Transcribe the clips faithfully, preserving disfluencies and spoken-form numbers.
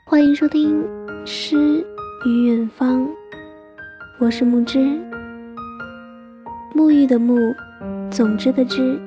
欢迎收听诗与远方，我是木之，沐浴的沐，总之的之，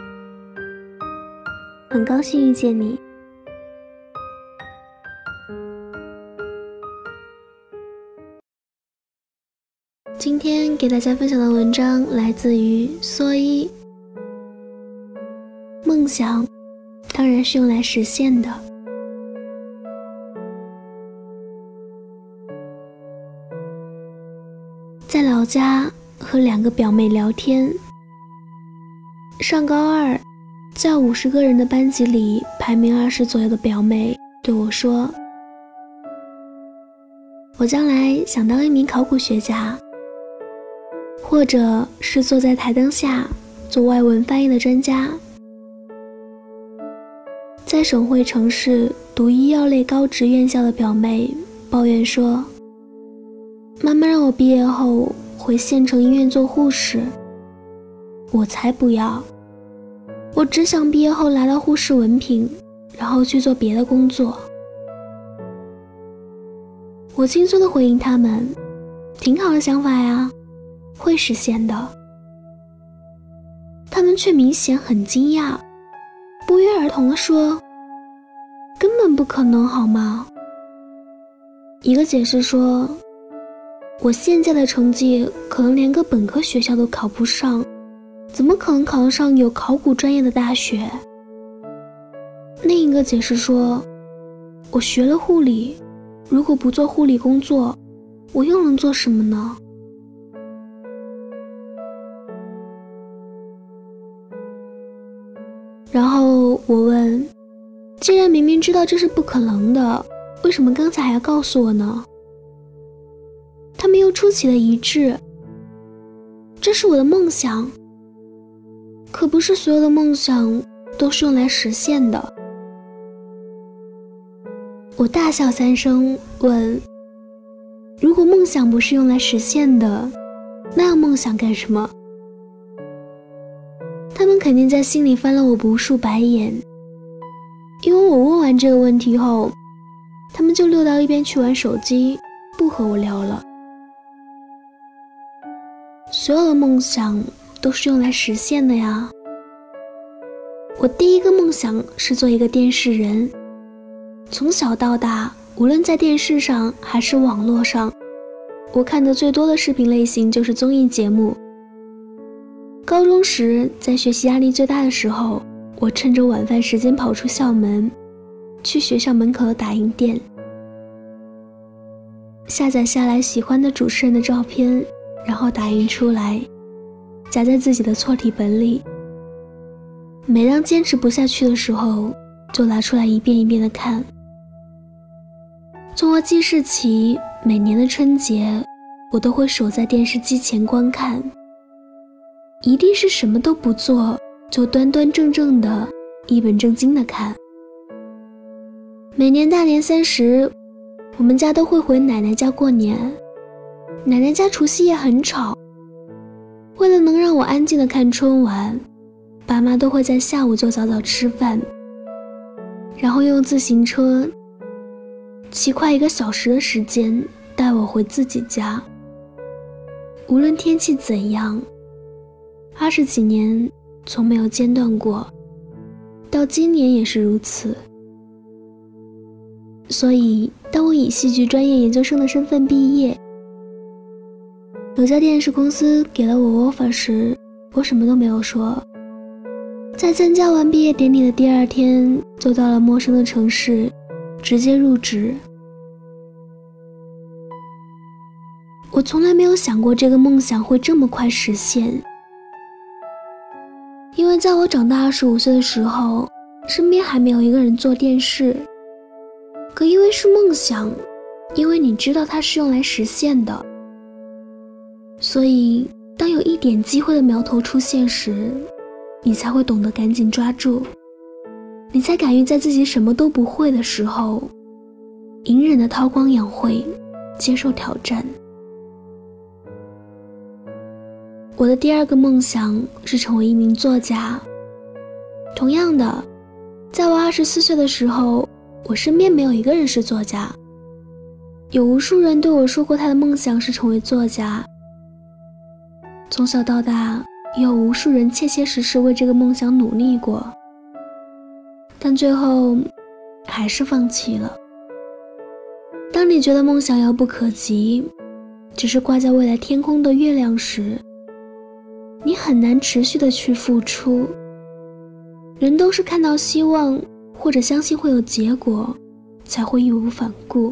很高兴遇见你。今天给大家分享的文章来自于蓑衣。梦想当然是用来实现的。在老家和两个表妹聊天，上高二，在五十个人的班级里排名二十左右的表妹对我说，我将来想当一名考古学家，或者是坐在台灯下做外文翻译的专家。在省会城市读医药类高职院校的表妹抱怨说，妈妈让我毕业后回县城医院做护士，我才不要，我只想毕业后拿到护士文凭，然后去做别的工作。我轻松地回应他们，挺好的想法呀，会实现的。他们却明显很惊讶，不约而同地说，根本不可能好吗？一个解释说，我现在的成绩可能连个本科学校都考不上，怎么可能考得上有考古专业的大学？另一个解释说，我学了护理，如果不做护理工作，我又能做什么呢？然后我问，既然明明知道这是不可能的，为什么刚才还要告诉我呢？他们又出奇的一致，这是我的梦想，可不是所有的梦想都是用来实现的。我大笑三声，问，如果梦想不是用来实现的，那要梦想干什么？他们肯定在心里翻了我无数白眼，因为我问完这个问题后，他们就溜到一边去玩手机，不和我聊了。所有的梦想都是用来实现的呀。我第一个梦想是做一个电视人，从小到大，无论在电视上还是网络上，我看的最多的视频类型就是综艺节目。高中时，在学习压力最大的时候，我趁着晚饭时间跑出校门，去学校门口的打印店，下载下来喜欢的主持人的照片，然后打印出来，夹在自己的错题本里。每当坚持不下去的时候，就拿出来一遍一遍地看。从我记事起，每年的春节，我都会守在电视机前观看，一定是什么都不做，就端端正正的一本正经地看。每年大年三十，我们家都会回奶奶家过年，奶奶家除夕夜很吵，为了能让我安静地看春晚，爸妈都会在下午就早早吃饭，然后用自行车骑快一个小时的时间带我回自己家。无论天气怎样，二十几年从没有间断过，到今年也是如此。所以当我以戏剧专业研究生的身份毕业，有家电视公司给了我 offer 时，我什么都没有说。在参加完毕业典礼的第二天，就到了陌生的城市，直接入职。我从来没有想过这个梦想会这么快实现，因为在我长大二十五岁的时候，身边还没有一个人做电视。可因为是梦想，因为你知道它是用来实现的，所以当有一点机会的苗头出现时，你才会懂得赶紧抓住，你才敢于在自己什么都不会的时候，隐忍的韬光养晦，接受挑战。我的第二个梦想是成为一名作家。同样的，在我二十四岁的时候， 我身边没有一个人是作家。有无数人对我说过他的梦想是成为作家，从小到大也有无数人切切实实为这个梦想努力过，但最后还是放弃了。当你觉得梦想遥不可及，只是挂在未来天空的月亮时，你很难持续的去付出。人都是看到希望或者相信会有结果，才会义无反顾。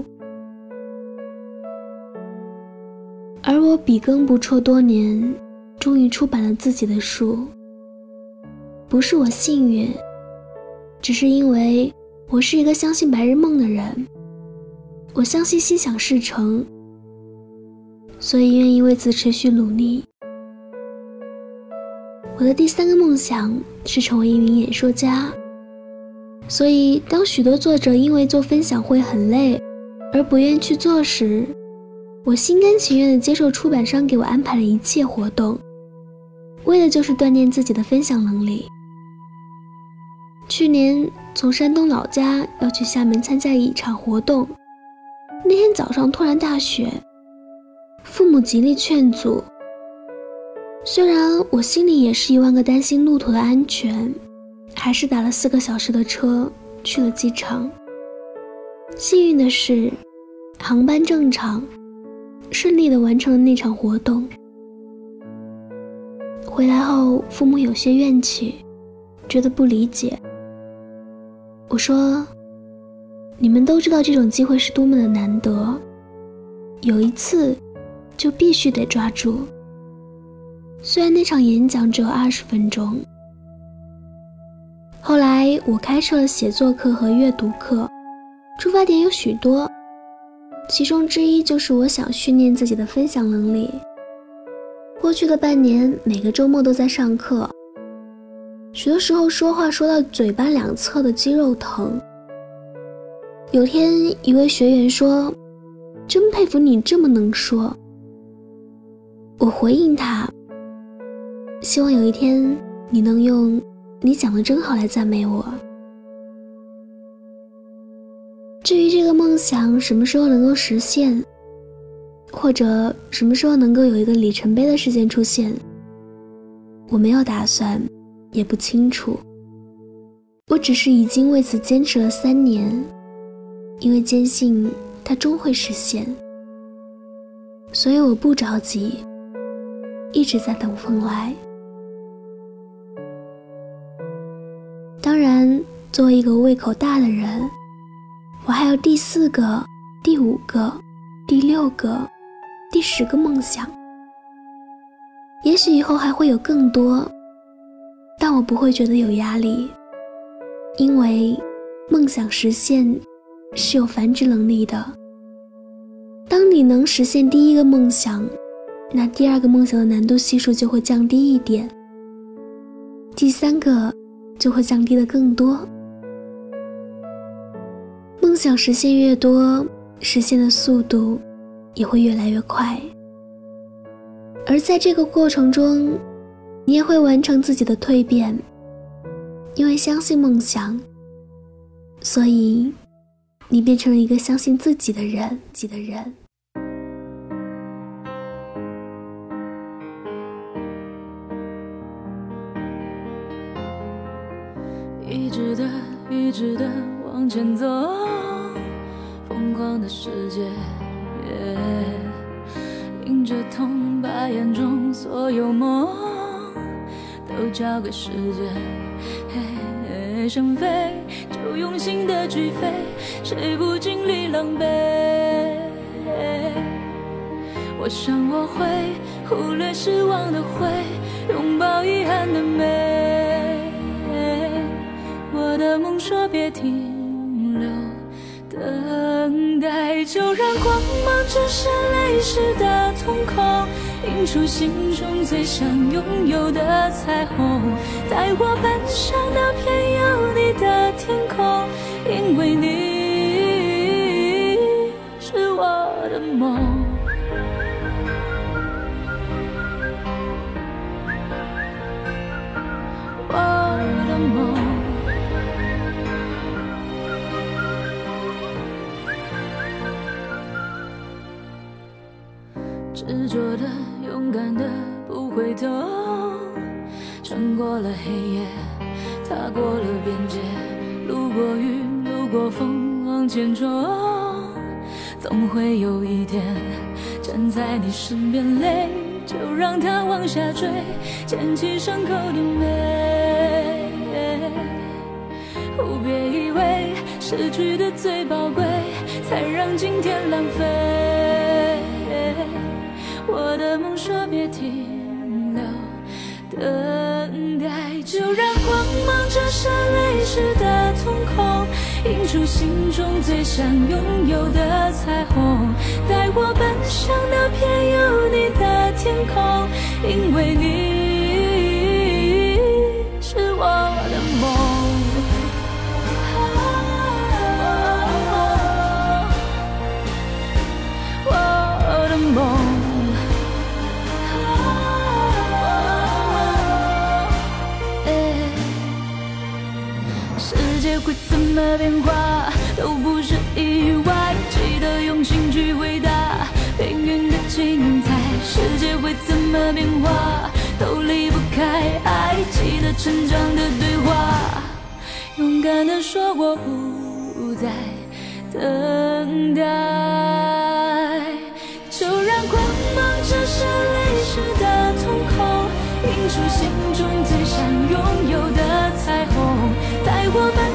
而我笔耕不辍多年，终于出版了自己的书，不是我幸运，只是因为我是一个相信白日梦的人，我相信心想事成，所以愿意为此持续努力。我的第三个梦想是成为一名演说家，所以当许多作者因为做分享会很累而不愿去做时，我心甘情愿地接受出版商给我安排的一切活动，为的就是锻炼自己的分享能力。去年从山东老家要去厦门参加一场活动，那天早上突然大雪，父母极力劝阻。虽然我心里也是一万个担心路途的安全，还是打了四个小时的车去了机场。幸运的是，航班正常，顺利地完成了那场活动。回来后，父母有些怨气，觉得不理解。我说，你们都知道这种机会是多么的难得，有一次就必须得抓住。虽然那场演讲只有二十分钟。后来我开设了写作课和阅读课，出发点有许多，其中之一就是我想训练自己的分享能力。过去的半年，每个周末都在上课，许多时候说话说到嘴巴两侧的肌肉疼。有天一位学员说，真佩服你这么能说。我回应他，希望有一天你能用你讲得真好来赞美我。至于这个梦想什么时候能够实现，或者什么时候能够有一个里程碑的事件出现，我没有打算，也不清楚。我只是已经为此坚持了三年，因为坚信它终会实现，所以我不着急，一直在等风来。当然，作为一个胃口大的人，我还有第四个、第五个、第六个、第十个梦想。也许以后还会有更多，但我不会觉得有压力，因为梦想实现是有繁殖能力的。当你能实现第一个梦想，那第二个梦想的难度系数就会降低一点，第三个就会降低的更多。梦想实现越多，实现的速度也会越来越快。而在这个过程中，你也会完成自己的蜕变，因为相信梦想，所以你变成了一个相信自己的人，自己的人。 一直的一直的往前走，疯狂的世界、yeah、迎着痛，把眼中所有梦都交给时间、hey、想飞就用心的去飞，谁不经历狼狈、hey、我想我会忽略失望的灰，拥抱遗憾的美，我的梦说别停留，等待就让光芒直射泪湿的瞳孔，映出心中最想拥有的彩虹，带我奔向那片有你的天空，因为你是我的梦。我的梦执着的，勇敢的，不回头，穿过了黑夜，踏过了边界，路过雨，路过风，往前冲，总会有一天站在你身边，泪就让它往下坠，捡起伤口的美。哦，别以为失去的最宝贵，才让今天浪费。我的梦说别停留，等待就让光芒折射泪湿的瞳孔，映出心中最想拥有的彩虹，带我奔向那片有你的天空，因为你是我的梦。我的梦，世界会怎么变化都不是意外，记得用心去回答命运的精彩。世界会怎么变化都离不开爱，记得成长的对话，勇敢地说我不再等待，就让光芒折射泪湿的瞳孔，映出心中最想拥有的彩虹，带我奔